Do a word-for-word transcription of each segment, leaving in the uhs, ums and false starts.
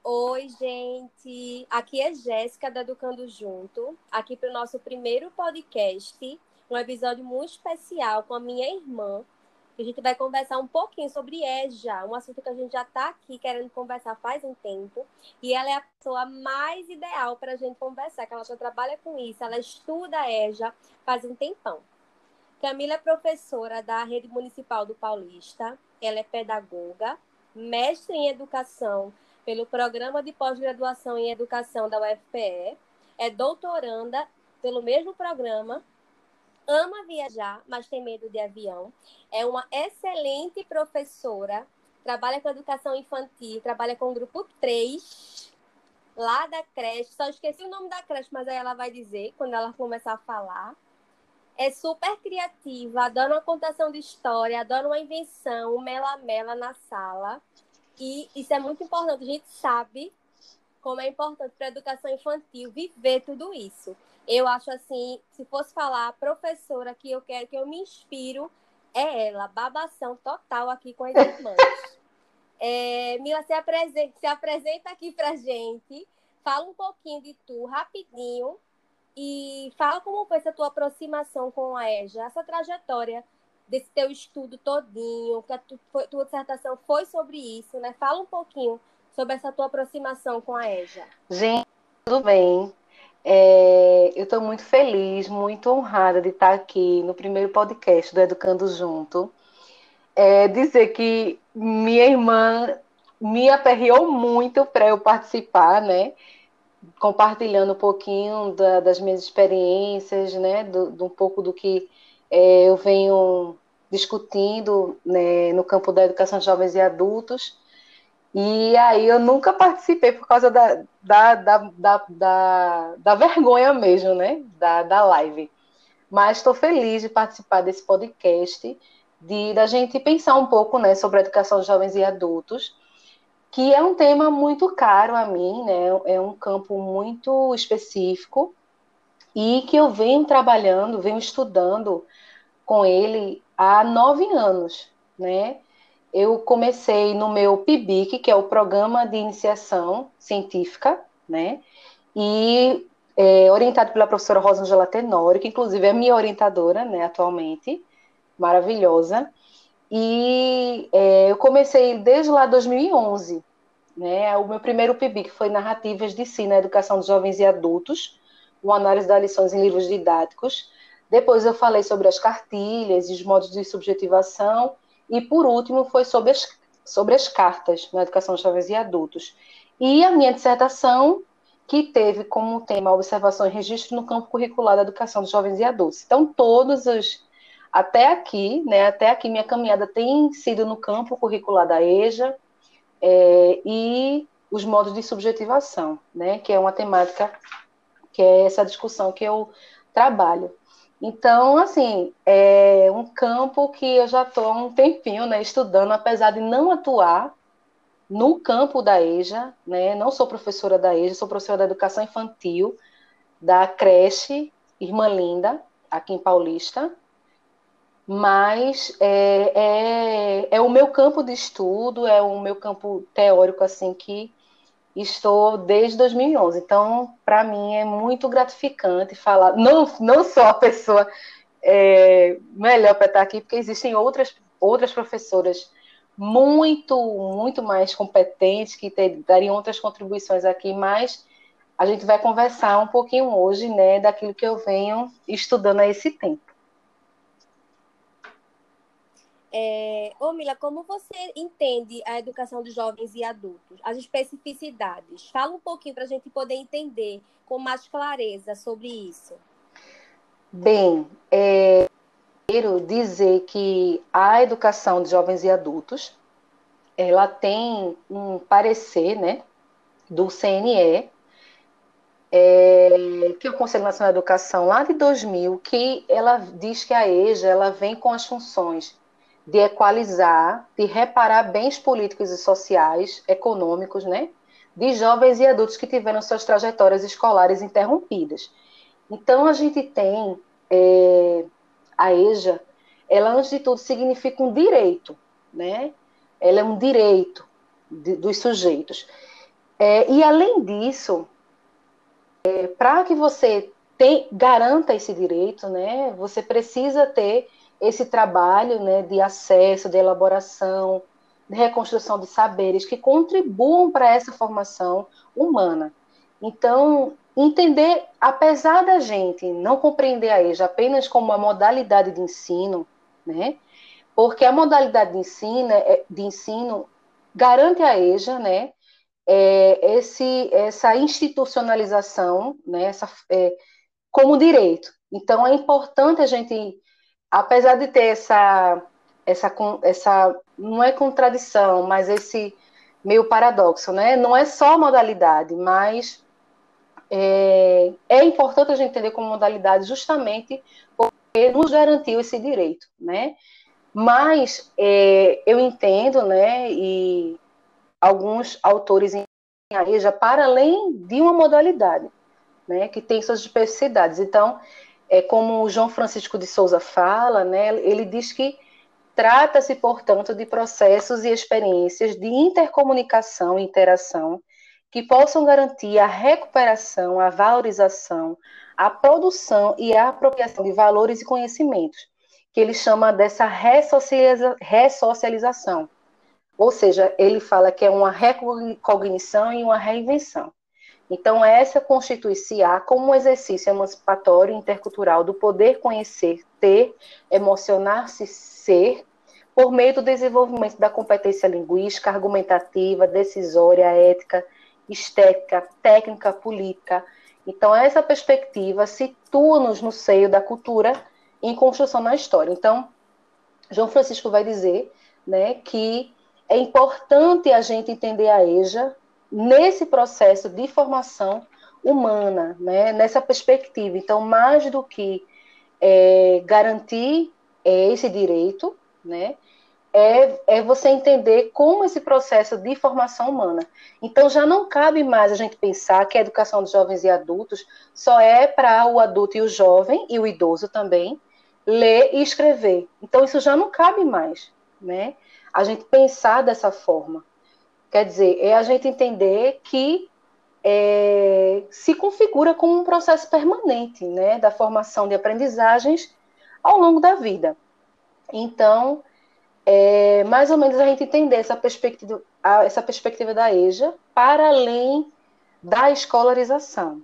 Oi, gente. Aqui é Jéssica da Educando Junto, aqui para o nosso primeiro podcast, um episódio muito especial com a minha irmã. A gente vai conversar um pouquinho sobre EJA, um assunto que a gente já está aqui querendo conversar faz um tempo. E ela é a pessoa mais ideal para a gente conversar, que ela já trabalha com isso, ela estuda EJA faz um tempão. Camila é professora da Rede Municipal do Paulista, ela é pedagoga, mestre em educação pelo Programa de Pós-Graduação em Educação da U F P E, é doutoranda pelo mesmo programa, ama viajar, mas tem medo de avião, é uma excelente professora, trabalha com educação infantil, trabalha com o grupo três, lá da creche, só esqueci o nome da creche, mas aí ela vai dizer quando ela começar a falar. É super criativa, adora uma contação de história, adora uma invenção, um mela-mela na sala. E isso é muito importante. A gente sabe como é importante para a educação infantil viver tudo isso. Eu acho assim, se fosse falar a professora que eu quero, que eu me inspiro, é ela. Babação total aqui com as irmãs. É, Mila, se apresenta, se apresenta aqui para gente. Fala um pouquinho de tu, rapidinho. E fala como foi essa tua aproximação com a EJA, essa trajetória desse teu estudo todinho, que a tu, foi, tua dissertação foi sobre isso, né? Fala um pouquinho sobre essa tua aproximação com a EJA. Gente, tudo bem? É, eu estou muito feliz, muito honrada de estar aqui no primeiro podcast do Educando Junto. É, dizer que minha irmã me aperreou muito para eu participar, né? Compartilhando um pouquinho da, das minhas experiências, né? Do, do um pouco do que é, eu venho discutindo, né, no campo da educação de jovens e adultos. E aí eu nunca participei por causa da, da, da, da, da, da vergonha mesmo, né? Da, da live. Mas estou feliz de participar desse podcast, de da gente pensar um pouco, né, sobre a educação de jovens e adultos, que é um tema muito caro a mim, né? É um campo muito específico e que eu venho trabalhando, venho estudando com ele há nove anos, né? Eu comecei no meu P I B I C, que é o Programa de Iniciação Científica, né? E é, orientado pela professora Rosângela Tenório, que inclusive é minha orientadora, né, atualmente, maravilhosa. E é, eu comecei desde lá dois mil e onze, né? O meu primeiro P I B I C foi Narrativas de Si na Educação de Jovens e Adultos, uma análise das lições em livros didáticos. Depois eu falei sobre as cartilhas e os modos de subjetivação. E, por último, foi sobre as, sobre as cartas na educação de jovens e adultos. E a minha dissertação, que teve como tema observação e registro no campo curricular da educação de jovens e adultos. Então, todos os... Até aqui, né, até aqui minha caminhada tem sido no campo curricular da EJA, é, e os modos de subjetivação, né, que é uma temática, que é essa discussão que eu trabalho. Então, assim, é um campo que eu já estou há um tempinho, né, estudando, apesar de não atuar no campo da EJA, né, não sou professora da EJA, sou professora da educação infantil, da creche Irmã Linda, aqui em Paulista, mas é, é, é o meu campo de estudo, é o meu campo teórico, assim, que estou desde dois mil e onze. Então, para mim, é muito gratificante falar. Não, não sou a pessoa é, melhor para estar aqui, porque existem outras, outras professoras muito, muito mais competentes que ter, dariam outras contribuições aqui, mas a gente vai conversar um pouquinho hoje, né, daquilo que eu venho estudando há esse tempo. É, ô Mila, como você entende a educação de jovens e adultos, as especificidades? Fala um pouquinho para a gente poder entender com mais clareza sobre isso. Bem, é, quero dizer que a educação de jovens e adultos, ela tem um parecer, né, do C N E, é, que é o Conselho Nacional de Educação, lá de dois mil, que ela diz que a EJA ela vem com as funções de equalizar, de reparar bens políticos e sociais, econômicos, né, de jovens e adultos que tiveram suas trajetórias escolares interrompidas. Então, a gente tem é, a EJA, ela, antes de tudo, significa um direito, né? Ela é um direito de, dos sujeitos. É, e, além disso, é, para que você tem, garanta esse direito, né, você precisa ter esse trabalho, né, de acesso, de elaboração, de reconstrução de saberes que contribuam para essa formação humana. Então, entender, apesar da gente não compreender a EJA apenas como uma modalidade de ensino, né, porque a modalidade de ensino, é, de ensino garante a EJA, né, é, esse, essa institucionalização, né, essa, é, como direito. Então, é importante a gente, apesar de ter essa, essa, essa, não é contradição, mas esse meio paradoxo, né? Não é só modalidade, mas é, é importante a gente entender como modalidade justamente porque nos garantiu esse direito, né? Mas é, eu entendo, né, e alguns autores em já para além de uma modalidade, né, que tem suas especificidades. Então, é como o João Francisco de Souza fala, né, ele diz que trata-se, portanto, de processos e experiências de intercomunicação e interação que possam garantir a recuperação, a valorização, a produção e a apropriação de valores e conhecimentos, que ele chama dessa ressocializa ressocialização. Ou seja, ele fala que é uma recognição e uma reinvenção. Então, essa constitui-se-á como um exercício emancipatório e intercultural do poder conhecer, ter, emocionar-se, ser, por meio do desenvolvimento da competência linguística, argumentativa, decisória, ética, estética, técnica, política. Então, essa perspectiva situa-nos no seio da cultura em construção na história. Então, João Francisco vai dizer, né, que é importante a gente entender a EJA nesse processo de formação humana, né, nessa perspectiva. Então, mais do que é, garantir é, esse direito, né, é, é você entender como esse processo de formação humana. Então, já não cabe mais a gente pensar que a educação de jovens e adultos só é para o adulto e o jovem, e o idoso também, ler e escrever. Então, isso já não cabe mais, né? A gente pensar dessa forma. Quer dizer, é a gente entender que é, se configura como um processo permanente, né, da formação de aprendizagens ao longo da vida. Então, é mais ou menos a gente entender essa perspectiva, essa perspectiva da EJA para além da escolarização.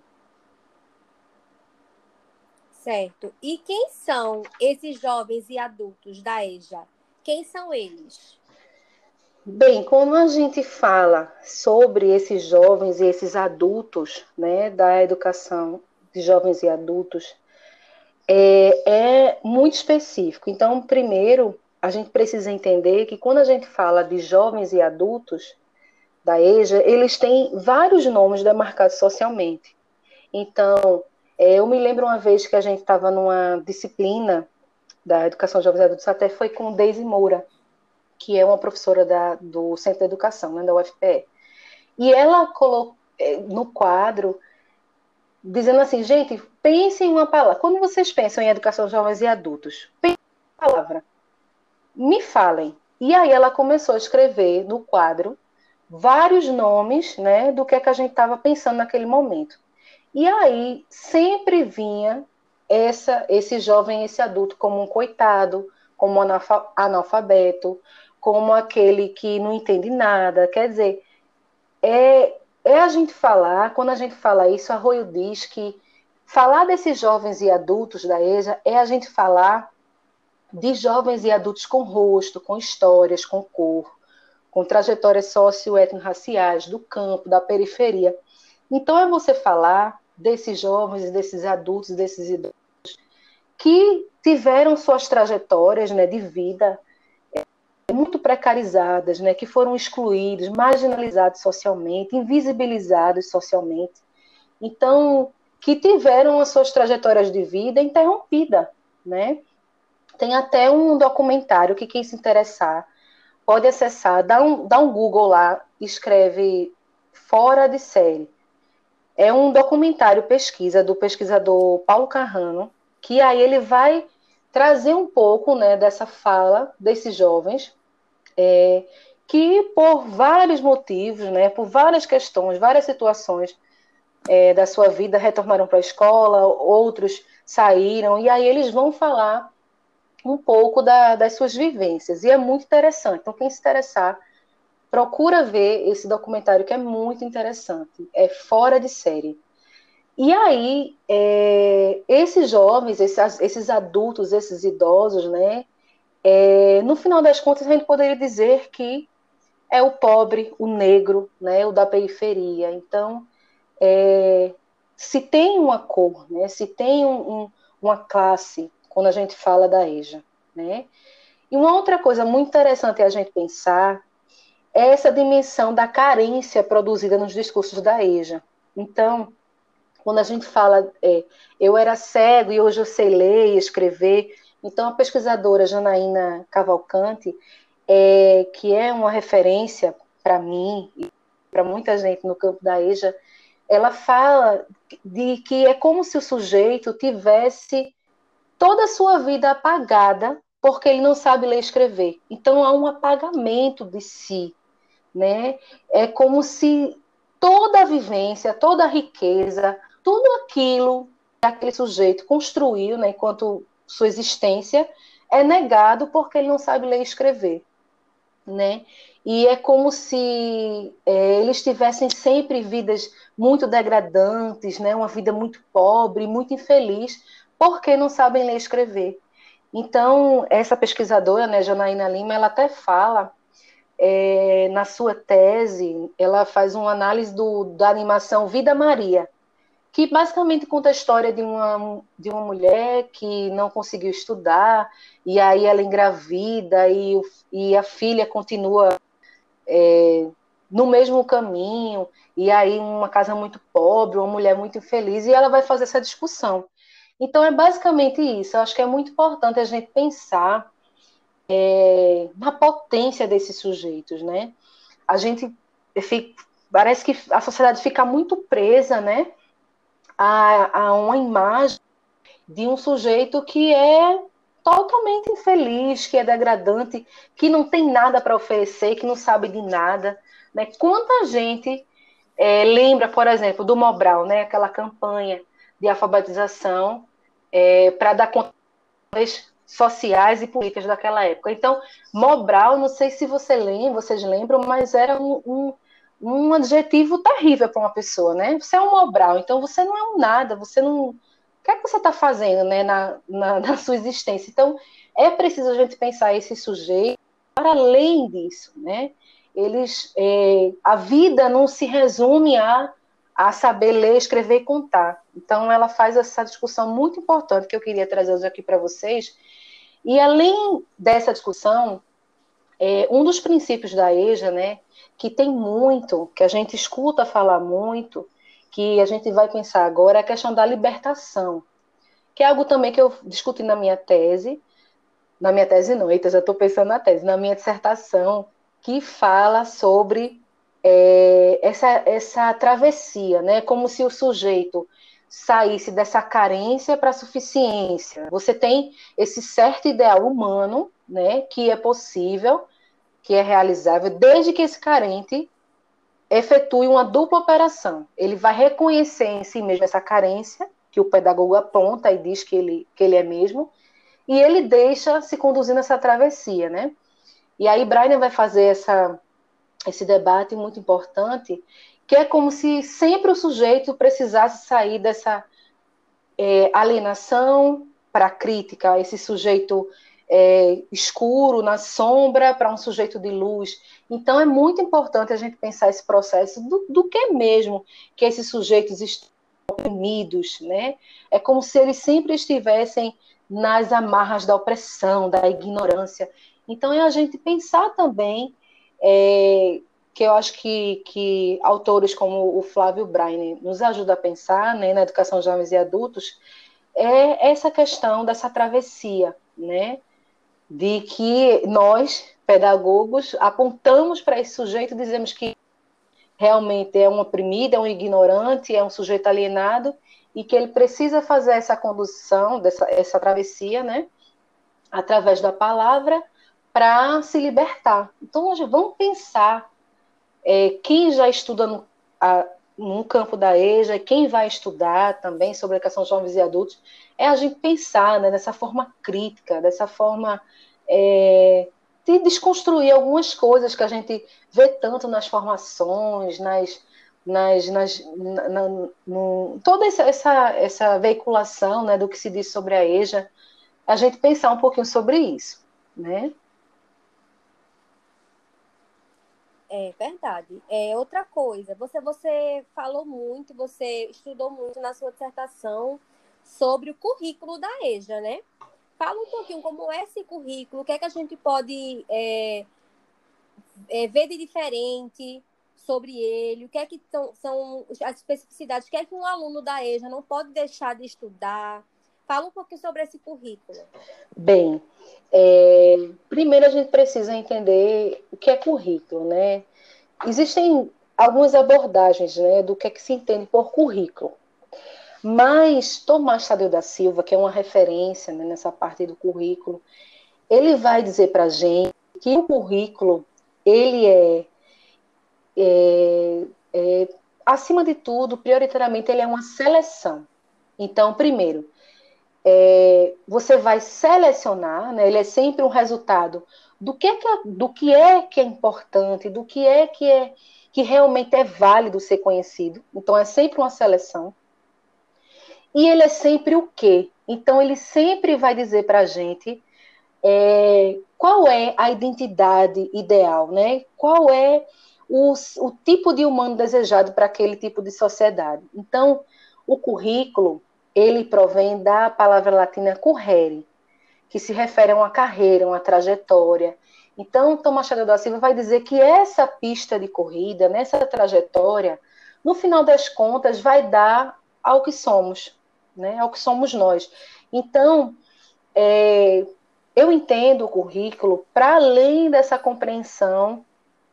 Certo. E quem são esses jovens e adultos da EJA? Quem são eles? Bem, quando a gente fala sobre esses jovens e esses adultos, né, da educação de jovens e adultos, é, é muito específico. Então, primeiro, a gente precisa entender que quando a gente fala de jovens e adultos da EJA, eles têm vários nomes demarcados socialmente. Então, é, eu me lembro uma vez que a gente estava numa disciplina da Educação de Jovens e Adultos, até foi com Deise Moura, que é uma professora da, do Centro de Educação, né, da U F P E. E ela colocou no quadro, dizendo assim, gente, pensem em uma palavra. Quando vocês pensam em educação de jovens e adultos, pensem em uma palavra. Me falem. E aí ela começou a escrever no quadro vários nomes, né, do que é que a gente estava pensando naquele momento. E aí sempre vinha essa, esse jovem, esse adulto como um coitado, como um analfabeto, como aquele que não entende nada. Quer dizer, é, é a gente falar, quando a gente fala isso, a Arroio diz que falar desses jovens e adultos da EJA é a gente falar de jovens e adultos com rosto, com histórias, com cor, com trajetórias socioétnico-raciais, do campo, da periferia. Então, é você falar desses jovens, desses adultos, desses idosos que tiveram suas trajetórias, né, de vida muito precarizadas, né, que foram excluídos, marginalizados socialmente, invisibilizados socialmente. Então, que tiveram as suas trajetórias de vida interrompidas, né? Tem até um documentário que quem se interessar pode acessar, dá um, dá um Google lá, escreve Fora de Série. É um documentário pesquisa do pesquisador Paulo Carrano, que aí ele vai trazer um pouco, né, dessa fala desses jovens, é, que por vários motivos, né, por várias questões, várias situações é, da sua vida, retornaram para a escola, outros saíram, e aí eles vão falar um pouco da, das suas vivências, e é muito interessante. Então, quem se interessar, procura ver esse documentário, que é muito interessante, é fora de série. E aí, é, esses jovens, esses, esses adultos, esses idosos, né, é, no final das contas, a gente poderia dizer que é o pobre, o negro, né, o da periferia. Então, é, se tem uma cor, né, se tem um, um, uma classe, quando a gente fala da EJA, né? E uma outra coisa muito interessante a gente pensar é essa dimensão da carência produzida nos discursos da EJA. Então, quando a gente fala, é, eu era cego e hoje eu sei ler e escrever, então a pesquisadora Janaína Cavalcante, é, que é uma referência para mim e para muita gente no campo da EJA, ela fala de que é como se o sujeito tivesse toda a sua vida apagada porque ele não sabe ler e escrever. Então há um apagamento de si, né? É como se toda a vivência, toda a riqueza, tudo aquilo que aquele sujeito construiu, né, enquanto sua existência, é negado porque ele não sabe ler e escrever, né? E é como se é, eles tivessem sempre vidas muito degradantes, né? Uma vida muito pobre, muito infeliz, porque não sabem ler e escrever. Então, essa pesquisadora, né, Janaína Lima, ela até fala, é, na sua tese, ela faz uma análise do, da animação Vida Maria, que basicamente conta a história de uma, de uma mulher que não conseguiu estudar, e aí ela engravida, e, e a filha continua é, no mesmo caminho, e aí uma casa muito pobre, uma mulher muito infeliz, e ela vai fazer essa discussão. Então é basicamente isso. Eu acho que é muito importante a gente pensar é, na potência desses sujeitos, né? A gente fica, parece que a sociedade fica muito presa, né, a, a uma imagem de um sujeito que é totalmente infeliz, que é degradante, que não tem nada para oferecer, que não sabe de nada, né? Quanta gente é, lembra, por exemplo, do Mobral, né? Aquela campanha de alfabetização é, para dar conta das sociais e políticas daquela época. Então, Mobral, não sei se você lembra, vocês lembram, mas era um, um, um adjetivo terrível para uma pessoa, né? Você é um Mobral, então você não é um nada, você não... O que é que você está fazendo, né, na, na, na sua existência? Então, é preciso a gente pensar esse sujeito para além disso, né? Eles, é, a vida não se resume a, a saber ler, escrever e contar. Então, ela faz essa discussão muito importante que eu queria trazer hoje aqui para vocês. E, além dessa discussão, é, um dos princípios da EJA, né, que tem muito, que a gente escuta falar muito, que a gente vai pensar agora, é a questão da libertação, que é algo também que eu discuti na minha tese, na minha tese não, eita, já estou pensando na tese, na minha dissertação, que fala sobre é, essa, essa travessia, né? Como se o sujeito saísse dessa carência para a suficiência. Você tem esse certo ideal humano, né? Que é possível, que é realizável, desde que esse carente efetue uma dupla operação. Ele vai reconhecer em si mesmo essa carência, que o pedagogo aponta e diz que ele, que ele é mesmo, e ele deixa se conduzir nessa travessia, né? E aí Breiner vai fazer essa, esse debate muito importante, que é como se sempre o sujeito precisasse sair dessa é, alienação para a crítica, esse sujeito é, escuro, na sombra, para um sujeito de luz. Então é muito importante a gente pensar esse processo do, do que mesmo que esses sujeitos estão oprimidos, né? É como se eles sempre estivessem nas amarras da opressão, da ignorância. Então é a gente pensar também, é, que eu acho que, que autores como o Flávio Breiner nos ajudam a pensar, né, na educação de jovens e adultos, é essa questão dessa travessia, né? De que nós, pedagogos, apontamos para esse sujeito e dizemos que realmente é um oprimido, é um ignorante, é um sujeito alienado, e que ele precisa fazer essa condução, dessa, essa travessia, né? Através da palavra, para se libertar. Então, nós vamos pensar, é, quem já estuda no, a, no campo da EJA, quem vai estudar também sobre a questão de jovens e adultos, é a gente pensar, né, dessa forma crítica, dessa forma é, de desconstruir algumas coisas que a gente vê tanto nas formações, nas, nas, nas, na, na, no, toda essa, essa, essa veiculação, né, do que se diz sobre a EJA, a gente pensar um pouquinho sobre isso, né? É verdade. É outra coisa, você, você falou muito, você estudou muito na sua dissertação sobre o currículo da EJA, né? Fala um pouquinho como é esse currículo, o que é que a gente pode é, é, ver de diferente sobre ele, o que é que são, são as especificidades, o que é que um aluno da EJA não pode deixar de estudar. Fala um pouquinho sobre esse currículo. Bem, é, primeiro a gente precisa entender o que é currículo, né? Existem algumas abordagens, né, do que é que se entende por currículo. Mas Tomás Tadeu da Silva, que é uma referência, né, nessa parte do currículo, ele vai dizer para a gente que o currículo, ele é, é, é, acima de tudo, prioritariamente, ele é uma seleção. Então, primeiro, é, você vai selecionar, né, ele é sempre um resultado do que, é que, do que é que é importante, do que é que, é que realmente é válido ser conhecido. Então, é sempre uma seleção. E ele é sempre o quê? Então, ele sempre vai dizer para a gente é, qual é a identidade ideal, né? Qual é o, o tipo de humano desejado para aquele tipo de sociedade. Então, o currículo, ele provém da palavra latina currere, que se refere a uma carreira, uma trajetória. Então, Tomás Machado da Silva vai dizer que essa pista de corrida, nessa trajetória, no final das contas, vai dar ao que somos, né? Ao que somos nós. Então, é, eu entendo o currículo para além dessa compreensão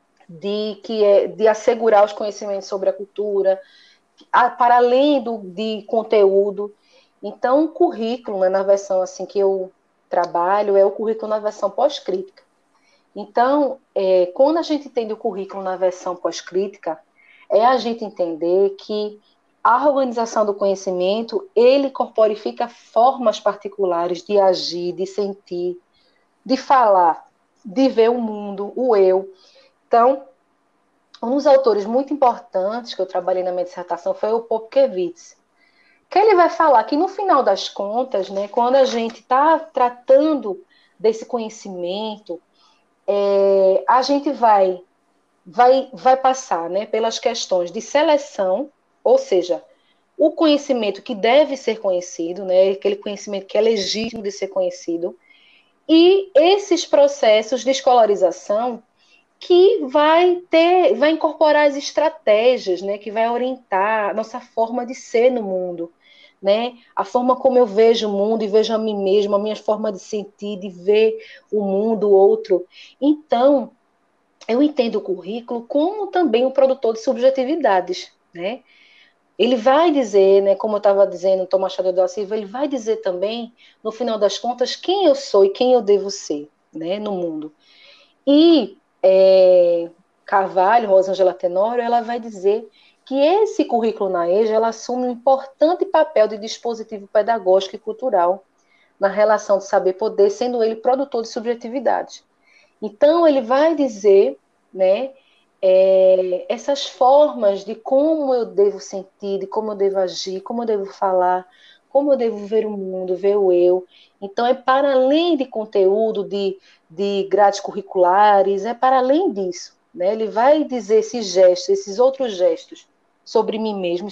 de que é de assegurar os conhecimentos sobre a cultura, a, para além do, de conteúdo. Então, o currículo, né, na versão assim que eu trabalho, é o currículo na versão pós-crítica. Então, é, quando a gente entende o currículo na versão pós-crítica, é a gente entender que a organização do conhecimento, ele corporifica formas particulares de agir, de sentir, de falar, de ver o mundo, o eu. Então, um dos autores muito importantes que eu trabalhei na minha dissertação foi o Popkewitz, que ele vai falar que, no final das contas, né, quando a gente está tratando desse conhecimento, é, a gente vai, vai, vai passar, né, pelas questões de seleção, ou seja, o conhecimento que deve ser conhecido, né, aquele conhecimento que é legítimo de ser conhecido, e esses processos de escolarização que vai ter, vai incorporar as estratégias, né, que vai orientar a nossa forma de ser no mundo, né? A forma como eu vejo o mundo e vejo a mim mesma, a minha forma de sentir, de ver o mundo, o outro. Então, eu entendo o currículo como também um produtor de subjetividades, né? Ele vai dizer, né, como eu estava dizendo, Tomás Machado da Silva, ele vai dizer também, no final das contas, quem eu sou e quem eu devo ser, né, no mundo. E é, Carvalho, Rosângela Tenório, ela vai dizer que esse currículo na EJA ela assume um importante papel de dispositivo pedagógico e cultural na relação de saber-poder, sendo ele produtor de subjetividade. Então, ele vai dizer, né, é, essas formas de como eu devo sentir, de como eu devo agir, como eu devo falar, como eu devo ver o mundo, ver o eu. Então, é para além de conteúdo, de, de grades curriculares, é para além disso. Né? Ele vai dizer esses gestos, esses outros gestos sobre mim mesmo.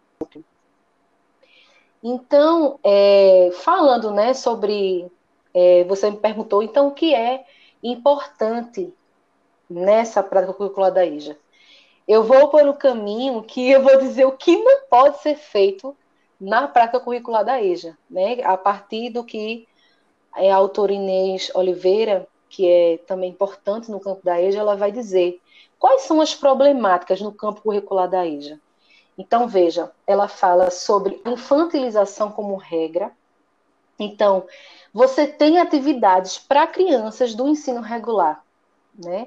Então, é, falando, né, sobre... É, você me perguntou, então, o que é importante nessa prática curricular da EJA? Eu vou pelo caminho que eu vou dizer o que não pode ser feito na prática curricular da EJA, né? A partir do que a autora Inês Oliveira, que é também importante no campo da EJA, ela vai dizer quais são as problemáticas no campo curricular da EJA. Então, veja, ela fala sobre infantilização como regra. Então, você tem atividades para crianças do ensino regular, né?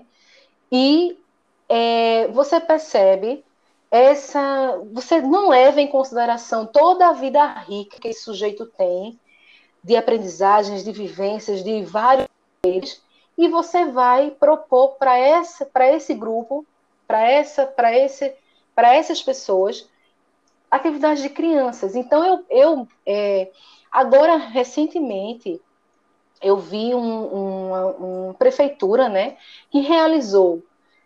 E é, você percebe essa, você não leva em consideração toda a vida rica que esse sujeito tem, de aprendizagens, de vivências, de vários seres, e você vai propor para essa, para esse grupo, para essa, para esse, para essas pessoas, atividades de crianças. Então, eu, eu é, agora, recentemente, eu vi um, uma, uma prefeitura, né, que realizou,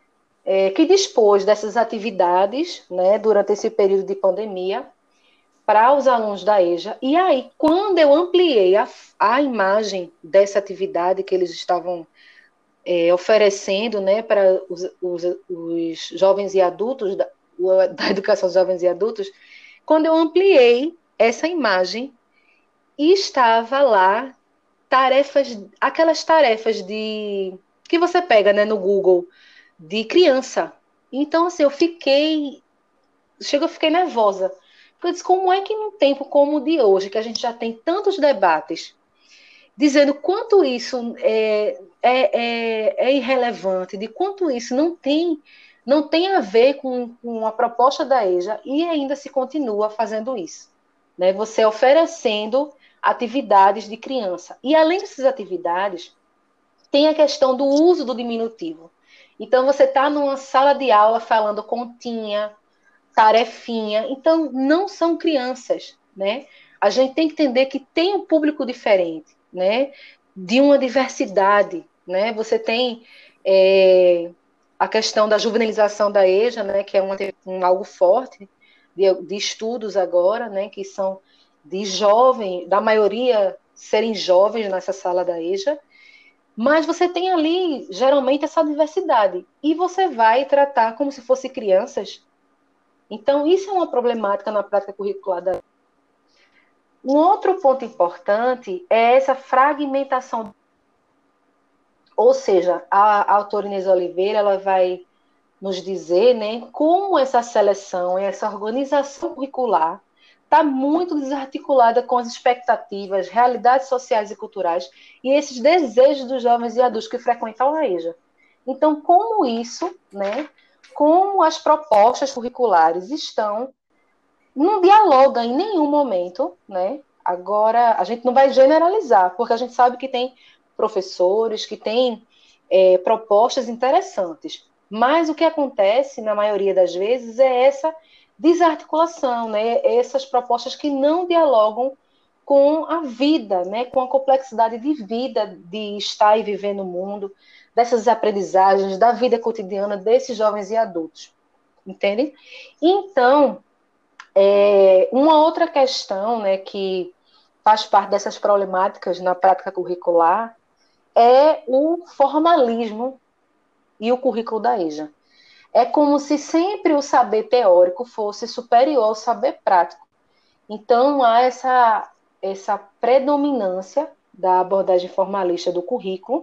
é, que dispôs dessas atividades, né, durante esse período de pandemia, para os alunos da EJA. E aí, quando eu ampliei a, a imagem dessa atividade que eles estavam é, oferecendo, né, para os, os, os jovens e adultos, da, da educação dos jovens e adultos, quando eu ampliei essa imagem, estava lá tarefas, aquelas tarefas de que você pega, né, no Google, de criança. Então, assim, eu fiquei, chega, eu fiquei nervosa. Porque eu disse, como é que num tempo como o de hoje, que a gente já tem tantos debates, dizendo quanto isso é, é, é, é irrelevante, de quanto isso não tem, não tem a ver com, com a proposta da EJA, e ainda se continua fazendo isso, né? Você oferecendo atividades de criança. E além dessas atividades, tem a questão do uso do diminutivo. Então, você está numa sala de aula falando continha, tarefinha. Então, não são crianças, né? A gente tem que entender que tem um público diferente, né? De uma diversidade, né? Você tem é, a questão da juvenilização da EJA, né? Que é uma, um, algo forte de, de estudos agora, né? Que são de jovens, da maioria serem jovens nessa sala da EJA, mas você tem ali, geralmente, essa diversidade. E você vai tratar como se fossem crianças. Então, isso é uma problemática na prática curricular. Da... Um outro ponto importante é essa fragmentação. Ou seja, a autora Inês Oliveira ela vai nos dizer, né, como essa seleção e essa organização curricular está muito desarticulada com as expectativas, realidades sociais e culturais e esses desejos dos jovens e adultos que frequentam a EJA. Então, como isso, né, como as propostas curriculares estão, não dialoga em nenhum momento, né? Agora, a gente não vai generalizar, porque a gente sabe que tem professores que têm é, propostas interessantes, mas o que acontece, na maioria das vezes, é essa desarticulação, né? Essas propostas que não dialogam com a vida, né? Com a complexidade de vida, de estar e viver no mundo, dessas aprendizagens, da vida cotidiana desses jovens e adultos, entende? Então, é, uma outra questão, né, que faz parte dessas problemáticas na prática curricular é o formalismo e o currículo da EJA. É como se sempre o saber teórico fosse superior ao saber prático. Então, há essa, essa predominância da abordagem formalista do currículo,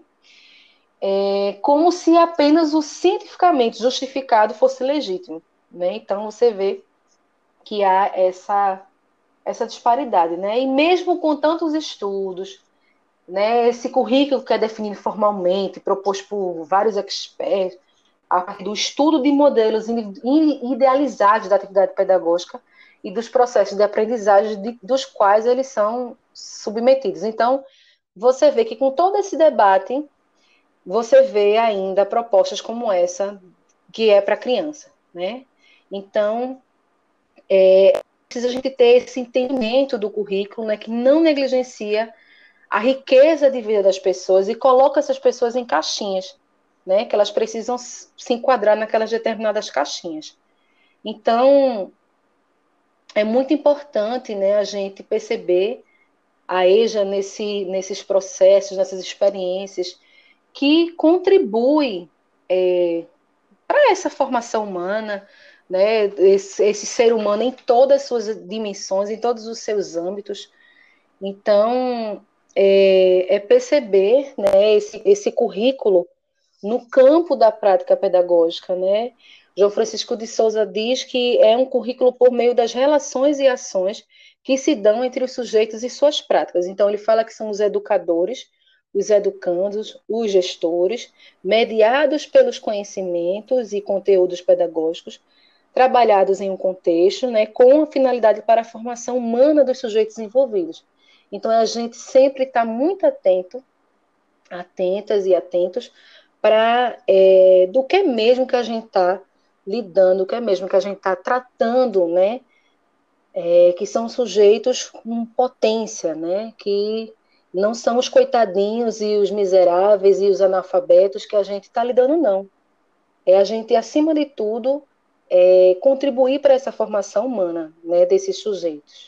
é, como se apenas o cientificamente justificado fosse legítimo, né? Então, você vê que há essa, essa disparidade, né? E mesmo com tantos estudos, né, esse currículo que é definido formalmente, proposto por vários experts, a partir do estudo de modelos idealizados da atividade pedagógica e dos processos de aprendizagem de, dos quais eles são submetidos. Então, você vê que com todo esse debate, você vê ainda propostas como essa, que é para criança, né? Então, é, precisa a gente ter esse entendimento do currículo, né, que não negligencia a riqueza de vida das pessoas e coloca essas pessoas em caixinhas, né, que elas precisam se enquadrar naquelas determinadas caixinhas. Então, é muito importante, né, a gente perceber a EJA nesse, nesses processos, nessas experiências, que contribui é, para essa formação humana, né, esse, esse ser humano em todas as suas dimensões, em todos os seus âmbitos. Então, é, é perceber, né, esse, esse currículo no campo da prática pedagógica, né, João Francisco de Souza diz que é um currículo por meio das relações e ações que se dão entre os sujeitos e suas práticas. Então, ele fala que são os educadores, os educandos, os gestores, mediados pelos conhecimentos e conteúdos pedagógicos, trabalhados em um contexto, né, com a finalidade para a formação humana dos sujeitos envolvidos. Então, a gente sempre está muito atento, atentas e atentos para é, do que é mesmo que a gente está lidando, o que é mesmo que a gente está tratando, né, é, que são sujeitos com potência, né, que não são os coitadinhos e os miseráveis e os analfabetos que a gente está lidando, não. É a gente, acima de tudo, é, contribuir para essa formação humana, né, desses sujeitos.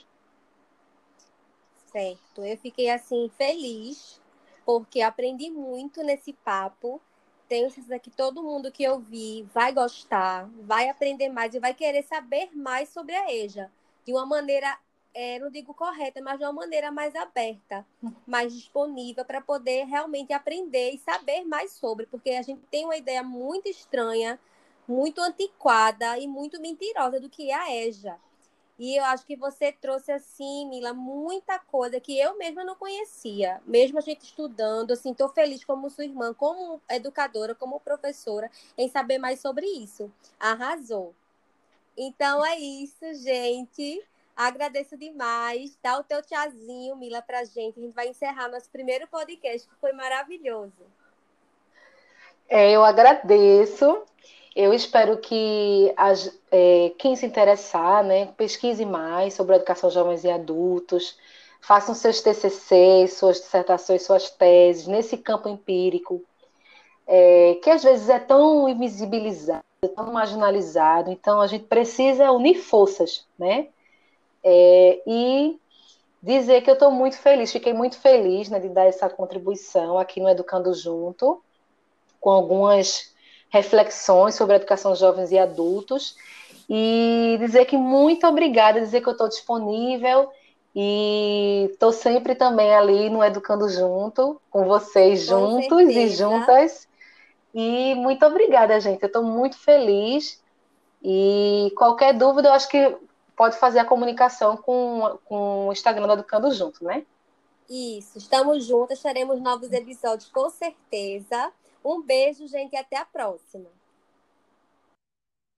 Certo. Eu fiquei, assim, feliz, porque aprendi muito nesse papo. Tenho certeza que todo mundo que ouvir vai gostar, vai aprender mais e vai querer saber mais sobre a EJA. De uma maneira, é, não digo correta, mas de uma maneira mais aberta, mais disponível para poder realmente aprender e saber mais sobre. Porque a gente tem uma ideia muito estranha, muito antiquada e muito mentirosa do que é a EJA. E eu acho que você trouxe, assim, Mila, muita coisa que eu mesma não conhecia. Mesmo a gente estudando, assim, estou feliz como sua irmã, como educadora, como professora, em saber mais sobre isso. Arrasou. Então é isso, gente. Agradeço demais. Dá o teu tchazinho, Mila, pra gente. A gente vai encerrar nosso primeiro podcast, que foi maravilhoso. É, eu agradeço. Eu espero que as, é, quem se interessar, né, pesquise mais sobre a educação de jovens e adultos, façam seus T C Cs, suas dissertações, suas teses nesse campo empírico, é, que às vezes é tão invisibilizado, tão marginalizado. Então, a gente precisa unir forças, né? É, e dizer que eu estou muito feliz, fiquei muito feliz, né, de dar essa contribuição aqui no Educando Junto, com algumas reflexões sobre a educação de jovens e adultos, e dizer que muito obrigada, dizer que eu estou disponível e estou sempre também ali no Educando Junto, com vocês Com juntos e certeza. juntas, e muito obrigada, gente, eu estou muito feliz, e qualquer dúvida, eu acho que pode fazer a comunicação com, com o Instagram do Educando Junto, né? Isso, estamos juntas, teremos novos episódios com certeza. Um beijo, gente, e até a próxima.